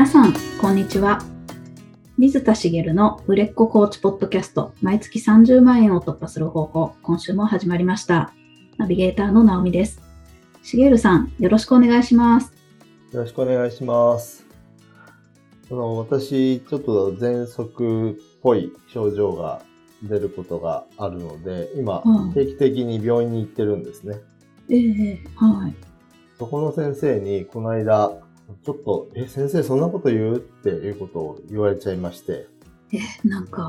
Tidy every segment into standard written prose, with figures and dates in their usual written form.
皆さん、こんにちは。水田茂の売れっ子コーチポッドキャスト、毎月30万円を突破する方法、今週も始まりました。ナビゲーターの直美です。茂さん、よろしくお願いします。 よろしくお願いします。私、ちょっと喘息っぽい症状が出ることがあるので、今、定期的に病院に行ってるんですね。 はい。そこの先生に、この間、ちょっと、先生そんなこと言うっていうことを言われちゃいまして。 なんか、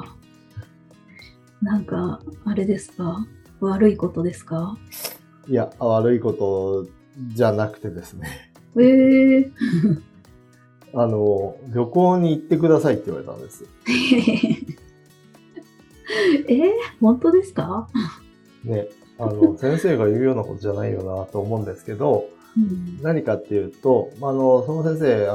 あれですか？悪いことですか？ いや、悪いことじゃなくてですね。旅行に行ってくださいって言われたんです。 本当ですか？ ね、先生が言うようなことじゃないよなと思うんですけど、何かっていうと、その先生、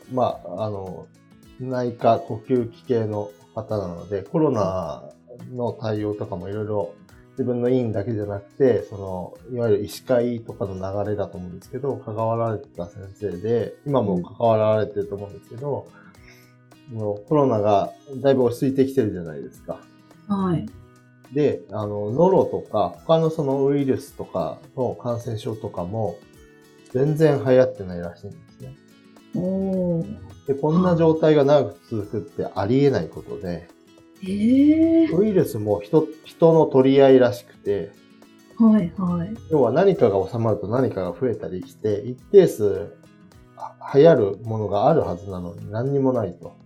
内科呼吸器系の方なので、コロナの対応とかもいろいろ自分の院だけじゃなくて、いわゆる医師会とかの流れだと思うんですけど、関わられてた先生で、今も関わられてると思うんですけど、コロナがだいぶ落ち着いてきてるじゃないですか。 はい。 で、ノロとか、他のそのウイルスとかの感染症とかも、全然流行ってないらしいんですね。で、こんな状態が長く続くってありえないことで、ウイルスも人の取り合いらしくて、要は何かが収まると何かが増えたりして、一定数流行るものがあるはずなのに何にもないと。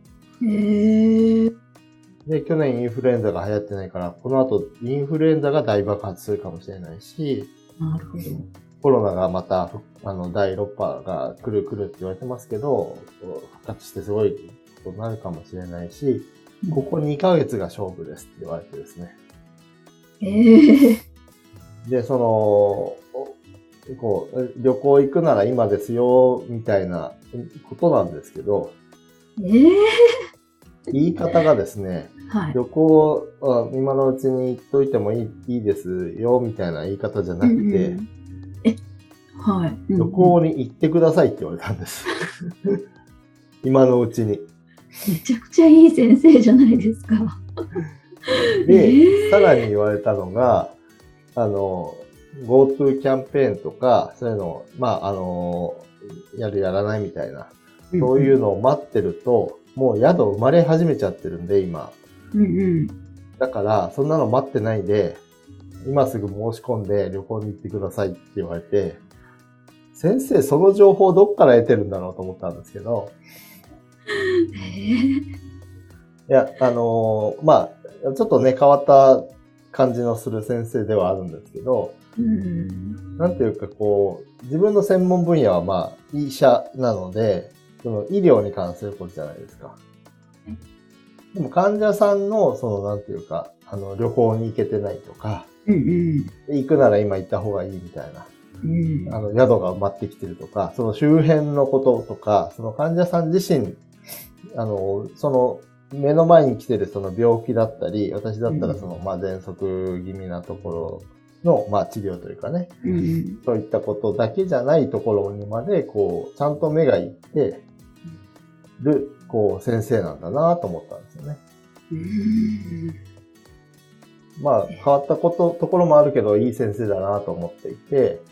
で、去年インフルエンザが流行ってないから、この後インフルエンザが大爆発するかもしれないし、 なるほど。 コロナがまた、第6波が来るって言われてますけど、復活してすごいことになるかもしれないし、ここ2ヶ月が勝負ですって言われてですね。で、旅行行くなら今ですよ、みたいなことなんですけど、言い方がですね、旅行今のうちに行っといてもいいですよ、みたいな言い方じゃなくて、旅行に行ってくださいって言われたんです。今のうちに。 めちゃくちゃいい先生じゃないですか。 で、さらに言われたのが、GoTo キャンペーンとか、そういうのを、やらないみたいな、そういうのを待ってると、もう宿生まれ始めちゃってるんで、今。だから、そんなの待ってないで、今すぐ申し込んで旅行に行ってくださいって言われて、先生、その情報どっから得てるんだろうと思ったんですけど、いや、ちょっとね、変わった感じのする先生ではあるんですけど、なんていうか自分の専門分野は医者なので、その医療に関することじゃないですか。でも患者さんの、なんていうか、旅行に行けてないとか、行くなら今行った方がいいみたいな。宿が埋まってきてるとか、その周辺のこととか、その患者さん自身、目の前に来てるその病気だったり、私だったら喘息気味なところの、治療というかね、そういったことだけじゃないところにまで、ちゃんと目がいってる、先生なんだなと思ったんですよね。変わったところもあるけど、いい先生だなと思っていて、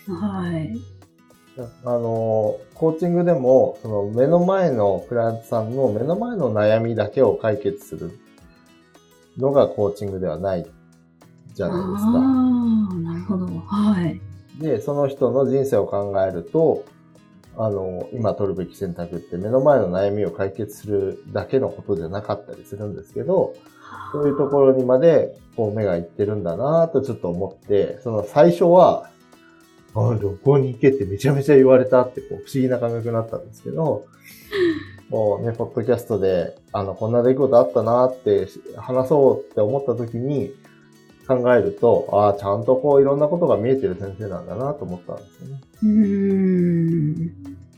コーチングでも、目の前のクライアントさんの目の前の悩みだけを解決するのがコーチングではないじゃないですか。 なるほど。 で、その人の人生を考えると、今取るべき選択って目の前の悩みを解決するだけのことじゃなかったりするんですけど、そういうところにまで目がいってるんだなとちょっと思って、最初は、旅行に行けってめちゃめちゃ言われたって不思議な感覚になったんですけど、もうね、ポッドキャストで、こんな出来事あったなって話そうって思った時に考えると、ちゃんといろんなことが見えてる先生なんだなと思ったんですよ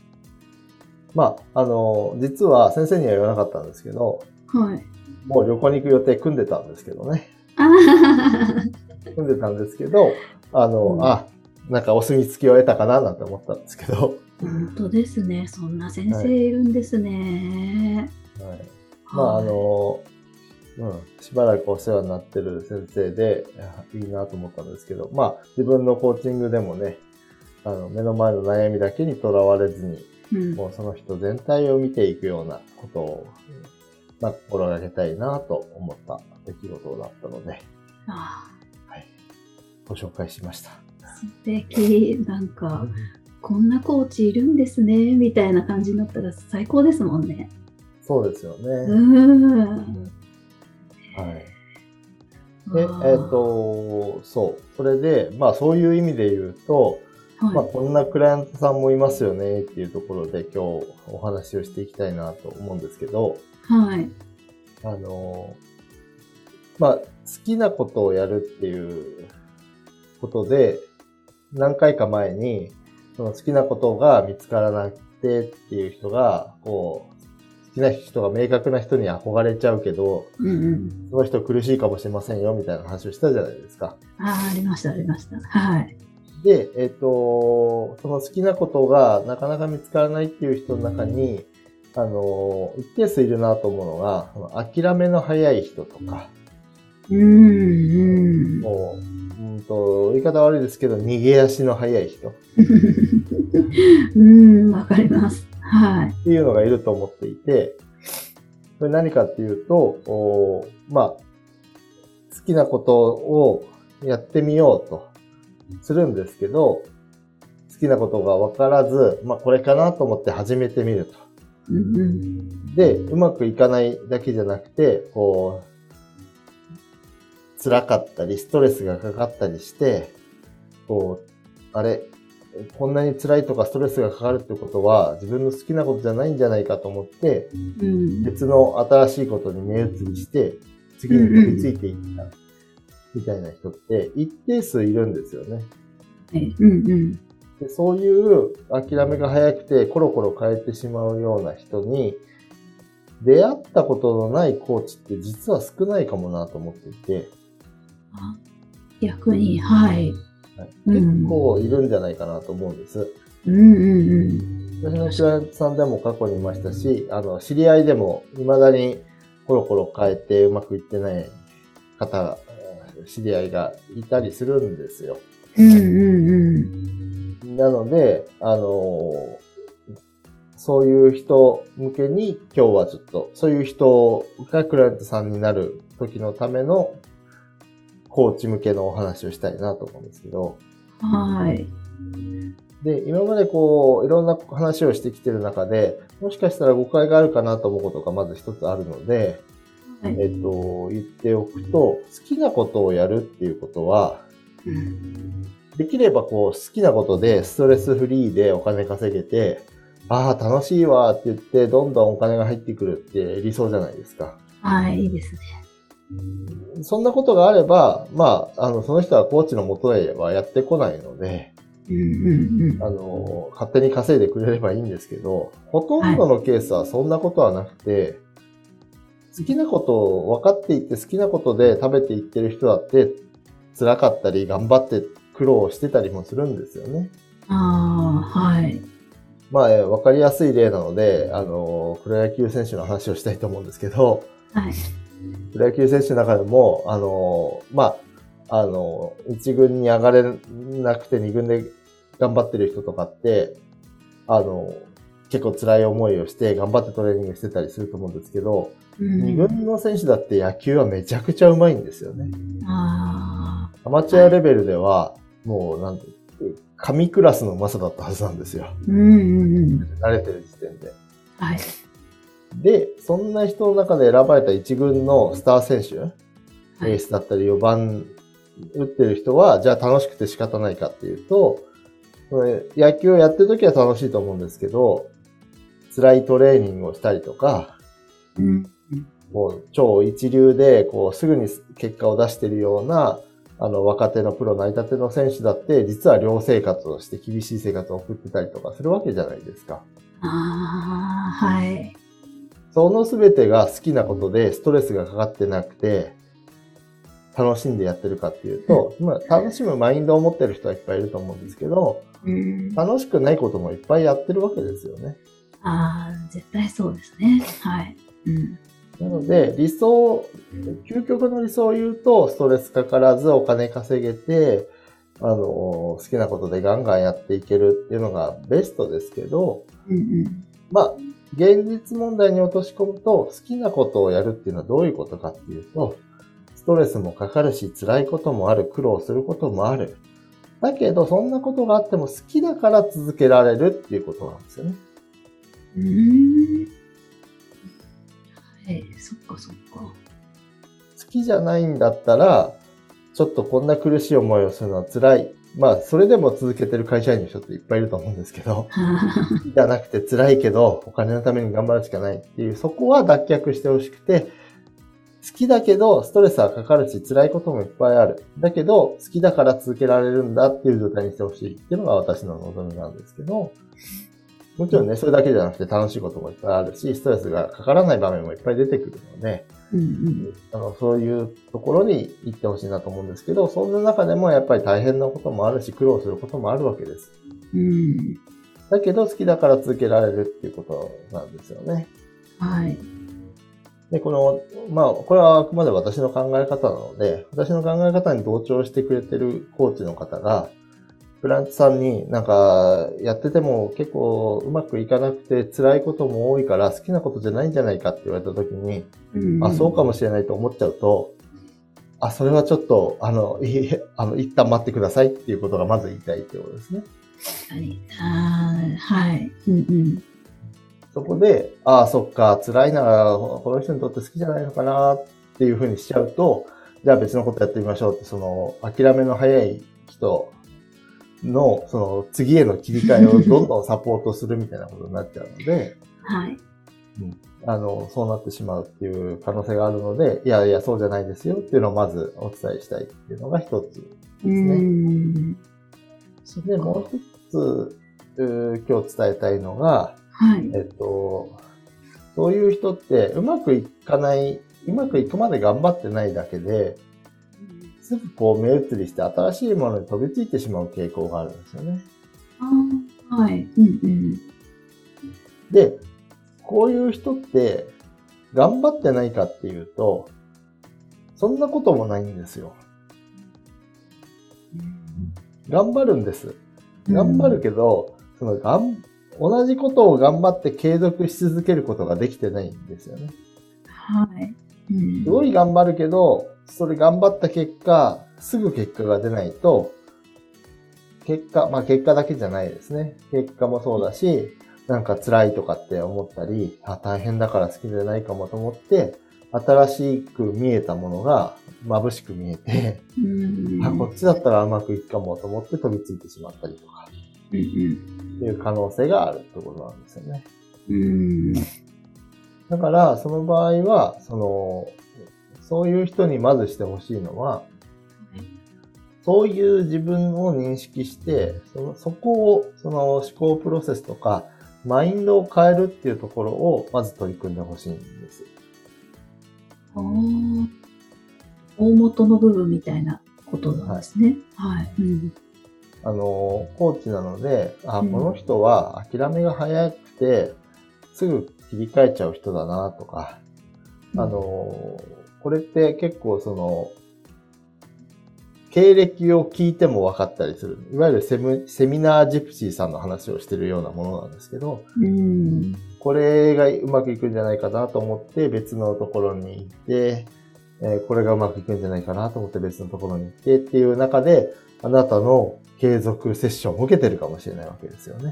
ね。実は先生には言わなかったんですけど、もう旅行に行く予定組んでたんですけどね。組んでたんですけど、なんかお墨付きを得たかななんて思ったんですけど。 本当ですね。そんな先はい。 生いるんですね。 はい。まあ、 はしばらくお世話になってる先生で、いいなと思ったんですけど、まあ、自分のコーチングでもね、目の前の悩みだけにとらわれずに、 い。うん。 もうその人全体を見ていくようなことを、まあ、心がけたいなと思った出来事だったので、 あはい。ご紹介しました。 あ、素敵。なんか、こんなコーチいるんですね、みたいな感じになったら最高ですもんね。 そうですよね。はい。で、そう。それで、まあそういう意味で言うと、まあこんなクライアントさんもいますよねっていうところで今日お話をしていきたいなと思うんですけど、 はい。 まあ好きなことをやるっていうことで、何回か前に、その好きなことが見つからなくてっていう人が、好きな人が明確な人に憧れちゃうけど、その人苦しいかもしれませんよみたいな話をしたじゃないですか。 ありました、ありました。はい。 で、その好きなことがなかなか見つからないっていう人の中に、一定数いるなと思うのが、諦めの早い人とか、もう、言い方悪いですけど、逃げ足の早い人。 わかります。はい。 っていうのがいると思っていて、これ何かっていうと、まあ、好きなことをやってみようとするんですけど、好きなことが分からず、まあこれかなと思って始めてみると。で、うまくいかないだけじゃなくて、辛かったり、ストレスがかかったりして、こんなに辛いとかストレスがかかるってことは自分の好きなことじゃないんじゃないかと思って、別の新しいことに目移りして、次に飛びついていったみたいな人って一定数いるんですよね。でそういう諦めが早くてコロコロ変えてしまうような人に出会ったことのないコーチって実は少ないかもなと思っていて。 逆に、はい。 結構いるんじゃないかなと思うんです。私のクライアントさんでも過去にいましたし、知り合いでも未だにコロコロ変えてうまくいってない方、知り合いがいたりするんですよ。なので、そういう人向けに今日はちょっと、そういう人がクライアントさんになる時のためのコーチ向けのお話をしたいなと思うんですけど。 はい。 で、今までいろんな話をしてきてる中で、もしかしたら誤解があるかなと思うことがまず一つあるので、言っておくと、好きなことをやるっていうことは、できれば好きなことでストレスフリーでお金稼げて、ああ、楽しいわって言って、どんどんお金が入ってくるって理想じゃないですか。 はい、いいですね。 そんなことがあれば、まあ、その人はコーチの元へはやってこないので、勝手に稼いでくれればいいんですけど、ほとんどのケースはそんなことはなくて、好きなことを分かっていて好きなことで食べていってる人だって辛かったり頑張って苦労してたりもするんですよね。 はい。 まあ、分かりやすい例なので、プロ野球選手の話をしたいと思うんですけど、 はい。 プロ野球選手の中でも、一軍に上がれなくて二軍で頑張ってる人とかって、結構辛い思いをして頑張ってトレーニングしてたりすると思うんですけど、二軍の選手だって野球はめちゃくちゃうまいんですよね。アマチュアレベルでは、もう神クラスのうまさだったはずなんですよ。慣れてる時点で。 はい。 で、そんな人の中で選ばれた一軍のスター選手、エースだったり4番打ってる人は、じゃあ楽しくて仕方ないかっていうと、野球をやってるときは楽しいと思うんですけど、辛いトレーニングをしたりとか、もう超一流ですぐに結果を出しているような、若手のプロ成り立ての選手だって、実は寮生活をして厳しい生活を送ってたりとかするわけじゃないですか。 はい。 その全てが好きなことでストレスがかかってなくて、 楽しんでやってるかっていうと、楽しむマインドを持ってる人はいっぱいいると思うんですけど、楽しくないこともいっぱいやってるわけですよね。 絶対そうですね。はい。 なので、究極の理想を言うと、ストレスかからずお金稼げて、好きなことでガンガンやっていけるっていうのがベストですけど、現実問題に落とし込むと、好きなことをやるっていうのはどういうことかっていうと、ストレスもかかるし、辛いこともある、苦労することもある。だけど、そんなことがあっても好きだから続けられるっていうことなんですよね。 そっかそっか。 好きじゃないんだったら、ちょっとこんな苦しい思いをするのは辛い。それでも続けてる会社員の人っていっぱいいると思うんですけど、じゃなくて辛いけど、お金のために頑張るしかないっていう、そこは脱却してほしくて、好きだけど、ストレスはかかるし、辛いこともいっぱいある。だけど、好きだから続けられるんだっていう状態にしてほしいっていうのが私の望みなんですけど、もちろんね、それだけじゃなくて楽しいこともいっぱいあるし、ストレスがかからない場面もいっぱい出てくるので、そういうところに行ってほしいなと思うんですけど、そんな中でもやっぱり大変なこともあるし、苦労することもあるわけです。だけど、好きだから続けられるっていうことなんですよね。 はい。 で、これはあくまで私の考え方なので、私の考え方に同調してくれてるコーチの方が、クライアントさんにやってても結構うまくいかなくて辛いことも多いから好きなことじゃないんじゃないかって言われた時に、そうかもしれないと思っちゃうと、それはちょっと、一旦待ってくださいっていうことがまず言いたいってことですね。 はい。 そこで、そっか、辛いなら、この人にとって好きじゃないのかなっていうふうにしちゃうと、じゃあ別のことやってみましょうって、諦めの早い人の、次への切り替えをどんどんサポートするみたいなことになっちゃうので、 はい。 そうなってしまうっていう可能性があるので、いやいや、そうじゃないですよっていうのをまずお伝えしたいっていうのが一つですね。で、もう一つ、今日伝えたいのが、そういう人ってうまくいくまで頑張ってないだけで、すぐ目移りして新しいものに飛びついてしまう傾向があるんですよね。 はい。 で、こういう人って頑張ってないかっていうと、そんなこともないんですよ。頑張るんです。頑張るけど、同じことを頑張って継続し続けることができてないんですよね。 はい。 すごい頑張るけど、それ頑張った結果、すぐ結果が出ないと、結果だけじゃないですね。結果もそうだし、辛いとかって思ったり、大変だから好きじゃないかもと思って、新しく見えたものが眩しく見えて、こっちだったらうまくいくかもと思って飛びついてしまったりとか、っていう可能性があるってことなんですよね。だから、その場合は、そういう人にまずしてほしいのは、そういう自分を認識して、そこを、思考プロセスとか、マインドを変えるっていうところを、まず取り組んでほしいんです。 大元の部分みたいなことなんですね。はい。 コーチなので、この人は諦めが早くて、すぐ切り替えちゃう人だなとか、これって結構経歴を聞いても分かったりする。いわゆるセミナージプシーさんの話をしてるようなものなんですけど、これがうまくいくんじゃないかなと思って別のところに行って、これがうまくいくんじゃないかなと思って別のところに行ってっていう中で、あなたの継続セッションを受けてるかもしれないわけですよね。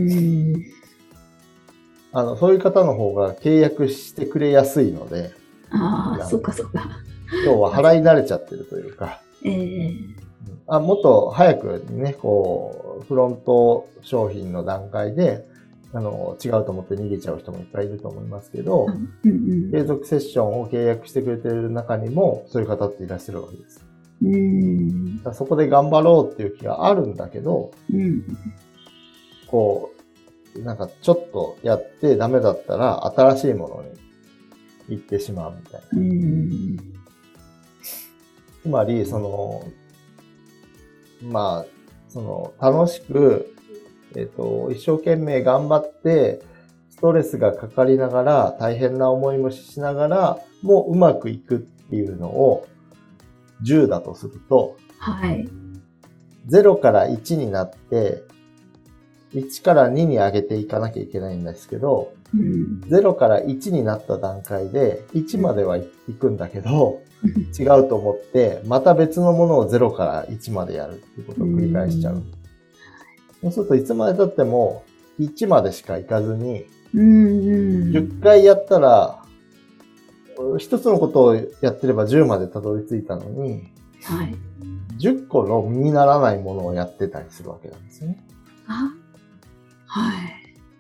そういう方の方が契約してくれやすいので、 そうかそうか。 今日は払い慣れちゃってるというか、もっと早くね、フロント商品の段階で、違うと思って逃げちゃう人もいっぱいいると思いますけど、継続セッションを契約してくれている中にも、そういう方っていらっしゃるわけです。そこで頑張ろうっていう気があるんだけど、ちょっとやってダメだったら新しいものに行ってしまうみたいな。 つまり、楽しく、一生懸命頑張って、ストレスがかかりながら、大変な思いもしながら、もううまくいくっていうのを、10だとすると、 はい。 0から1になって、1から2に上げていかなきゃいけないんですけど、0から1になった段階で、1までは行くんだけど、違うと思って、また別のものを0から1までやるっていうことを繰り返しちゃう。そうするといつまで経っても1までしか行かずに、10回やったら、一つのことをやってれば10までたどり着いたのに、 はい、 10個の身にならないものをやってたりするわけなんですよね。 はい。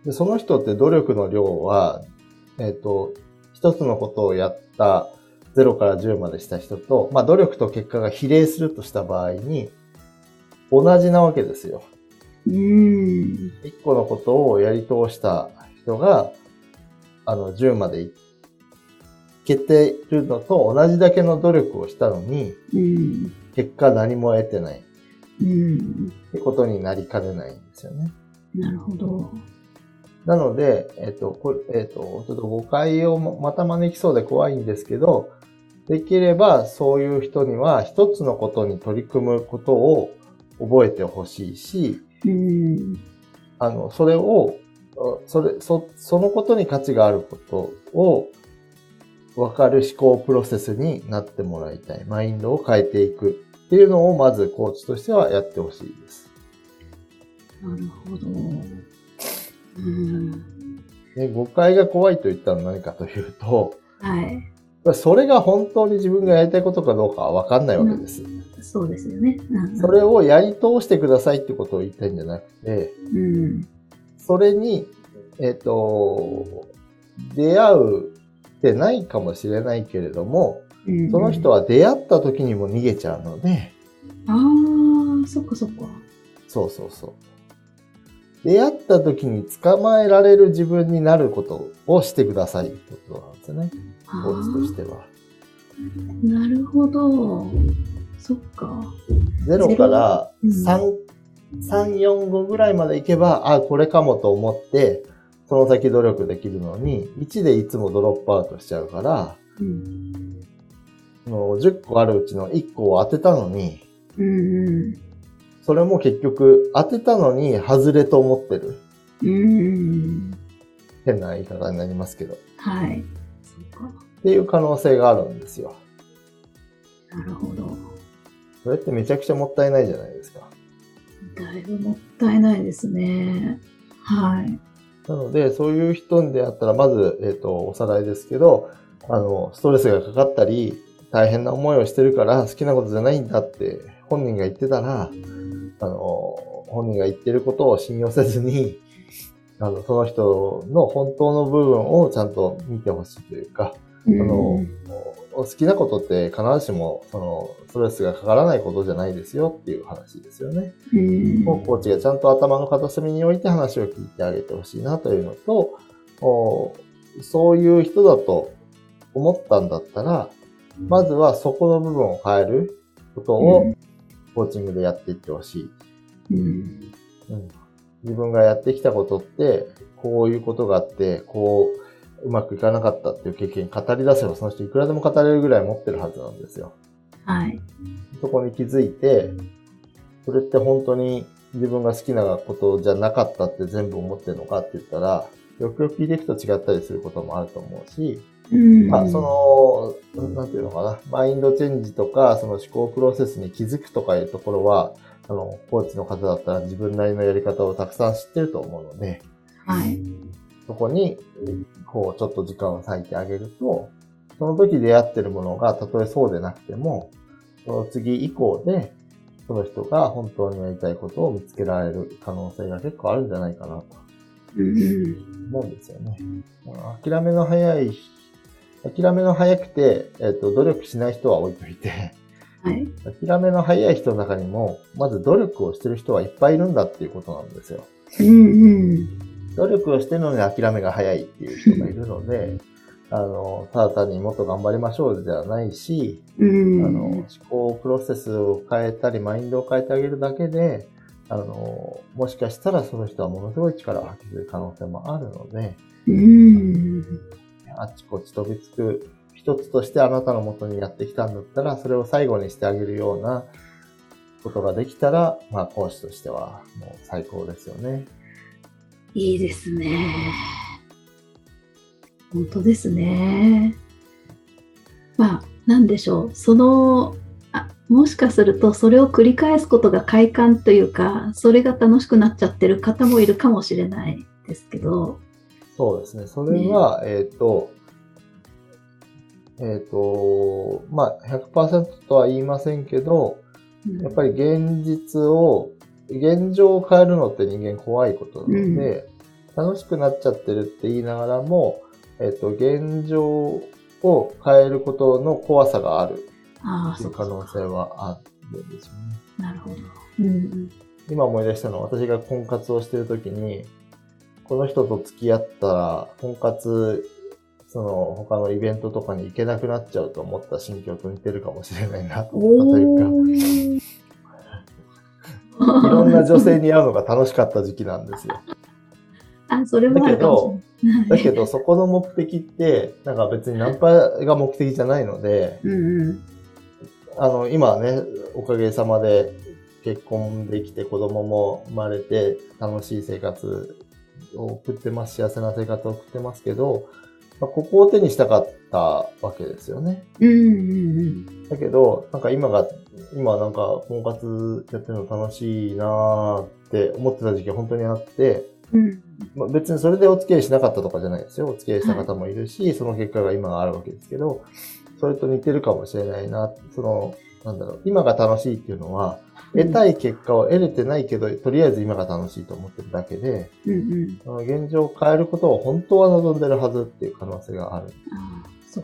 で、その人って努力の量は、一つのことをやった0から10までした人と、努力と結果が比例するとした場合に、同じなわけですよ。一個のことをやり通した人が、10までいけているのと同じだけの努力をしたのに、結果何も得てない。ってことになりかねないんですよね。 なるほど。 なので、ちょっと誤解をまた招きそうで怖いんですけど、できればそういう人には一つのことに取り組むことを覚えてほしいし、それを、そのことに価値があることを分かる思考プロセスになってもらいたい。マインドを変えていくっていうのをまずコーチとしてはやってほしいです。 なるほど。 誤解が怖いと言ったのは何かというと、 はい。 それが本当に自分がやりたいことかどうかは分かんないわけです。 そうですよね。 それをやり通してくださいってことを言いたいんじゃなくて、それに、出会うってないかもしれないけれども、その人は出会った時にも逃げちゃうので、 そっかそっか。 そう。出会った時に捕まえられる自分になることをしてくださいってことなんですよね。コーチとしては。 なるほど。そっか。 0から3、4、5ぐらいまでいけば、これかもと思って、その先努力できるのに、1でいつもドロップアウトしちゃうから、10個あるうちの1個を当てたのに、それも結局当てたのに外れと思ってる。変な言い方になりますけど。 はい。そうか。 っていう可能性があるんですよ。 なるほど。 それってめちゃくちゃもったいないじゃないですか。 だいぶもったいないですね。はい。 なので、そういう人であったら、まず、おさらいですけど、ストレスがかかったり、大変な思いをしてるから好きなことじゃないんだって本人が言ってたら、本人が言ってることを信用せずに、その人の本当の部分をちゃんと見てほしいというか、好きなことって必ずしもストレスがかからないことじゃないですよっていう話ですよね。コーチがちゃんと頭の片隅に置いて話を聞いてあげてほしいなというのと、そういう人だと思ったんだったら、まずはそこの部分を変えることをコーチングでやっていってほしい。自分がやってきたことって、こういうことがあって、うまくいかなかったっていう経験語り出せば、その人いくらでも語れるぐらい持ってるはずなんですよ。 はい。 そこに気づいて、それって本当に自分が好きなことじゃなかったって全部思ってるのかって言ったら、よくよく聞いていくと違ったりすることもあると思うし、なんていうのかな、マインドチェンジとか、その思考プロセスに気づくとかいうところは、コーチの方だったら自分なりのやり方をたくさん知ってると思うので、 はい。 そこに、ちょっと時間を割いてあげると、その時出会ってるものが、たとえそうでなくても、その次以降で、その人が本当にやりたいことを見つけられる可能性が結構あるんじゃないかなと思うんですよね。諦めの早くて、努力しない人は置いといて、 はい、 諦めの早い人の中にも、まず努力をしてる人はいっぱいいるんだっていうことなんですよ。努力をしてるのに諦めが早いっていう人がいるので、 ただ単にもっと頑張りましょうではないし、思考プロセスを変えたり、マインドを変えてあげるだけで、もしかしたらその人はものすごい力を発揮する可能性もあるので、あっちこっち飛びつく一つとしてあなたの元にやってきたんだったら、それを最後にしてあげるようなことができたら、講師としてはもう最高ですよね。 いいですね。本当ですね。なんでしょう。もしかするとそれを繰り返すことが快感というか、それが楽しくなっちゃってる方もいるかもしれないですけど。 そうですね。それは、100% とは言いませんけど、やっぱり現状を変えるのって人間怖いことなので、楽しくなっちゃってるって言いながらも、現状を変えることの怖さがあるっていう可能性はあるんですよね。 なるほど。 今思い出したのは、私が婚活をしてるときに、この人と付き合ったら、婚活、他のイベントとかに行けなくなっちゃうと思った心境と似てるかもしれないなというか、いろんな女性に会うのが楽しかった時期なんですよ。 それもあるかもしれない。 だけど、そこの目的って、別にナンパが目的じゃないので、今はね、おかげさまで結婚できて子供も生まれて楽しい生活を送ってます、幸せな生活を送ってますけど、ここを手にしたかったわけですよね。だけど、今婚活やってるの楽しいなーって思ってた時期本当にあって、別にそれでお付き合いしなかったとかじゃないですよ。お付き合いした方もいるし、その結果が今があるわけですけど、それと似てるかもしれないな。今が楽しいっていうのは、得たい結果を得れてないけど、とりあえず今が楽しいと思ってるだけで、現状を変えることを本当は望んでるはずっていう可能性がある。 そう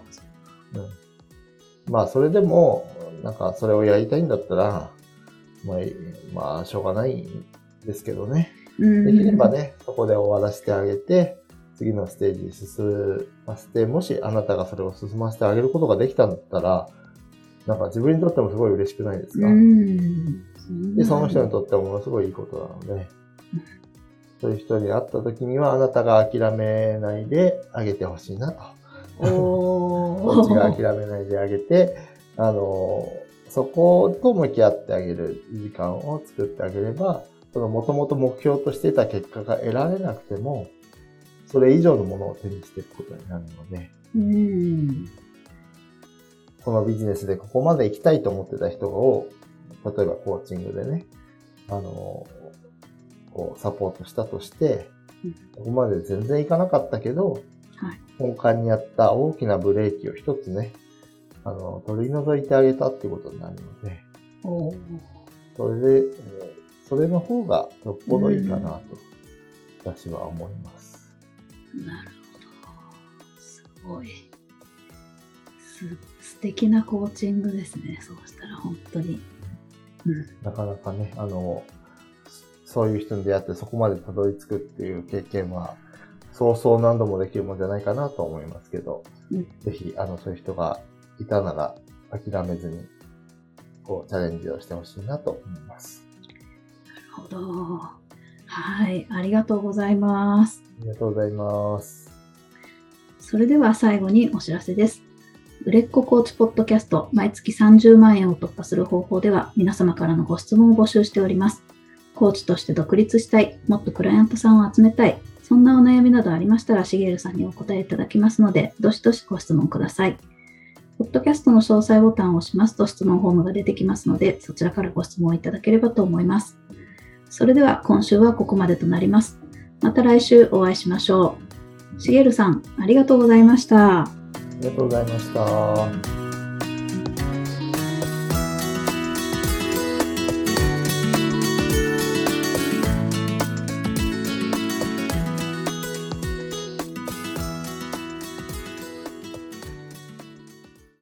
それでも、それをやりたいんだったら、しょうがないんですけどね。できればね、そこで終わらせてあげて、次のステージに進ませて、もしあなたがそれを進ませてあげることができたんだったら、自分にとってもすごい嬉しくないですか？で、その人にとってもものすごいいいことなので、そういう人に会った時にはあなたが諦めないであげてほしいなと。こっちが諦めないであげて、そこと向き合ってあげる時間を作ってあげれば、もともと目標としていた結果が得られなくても、それ以上のものを手にしていくことになるので、このビジネスでここまで行きたいと思ってた人を、例えばコーチングでね、サポートしたとして、ここまで全然行かなかったけど、根幹にあった大きなブレーキを一つね、取り除いてあげたっていうことになるので、それの方がよっぽどいいかなと、私は思います。 なるほど。すごい。素敵なコーチングですね。そうしたら本当に。 なかなかね、そういう人に出会ってそこまでたどり着くっていう経験は、そうそう何度もできるもんじゃないかなと思いますけど、ぜひ、そういう人がいたなら諦めずに、チャレンジをしてほしいなと思います。 なるほど。はい、ありがとうございます。 ありがとうございます。 それでは最後にお知らせです。売れっ子コーチポッドキャスト、毎月30万円を突破する方法では、皆様からのご質問を募集しております。コーチとして独立したい、もっとクライアントさんを集めたい、そんなお悩みなどありましたら、しげるさんにお答えいただきますので、どしどしご質問ください。ポッドキャストの詳細ボタンを押しますと質問フォームが出てきますので、そちらからご質問いただければと思います。それでは今週はここまでとなります。また来週お会いしましょう。しげるさん、ありがとうございました。 ありがとうございました。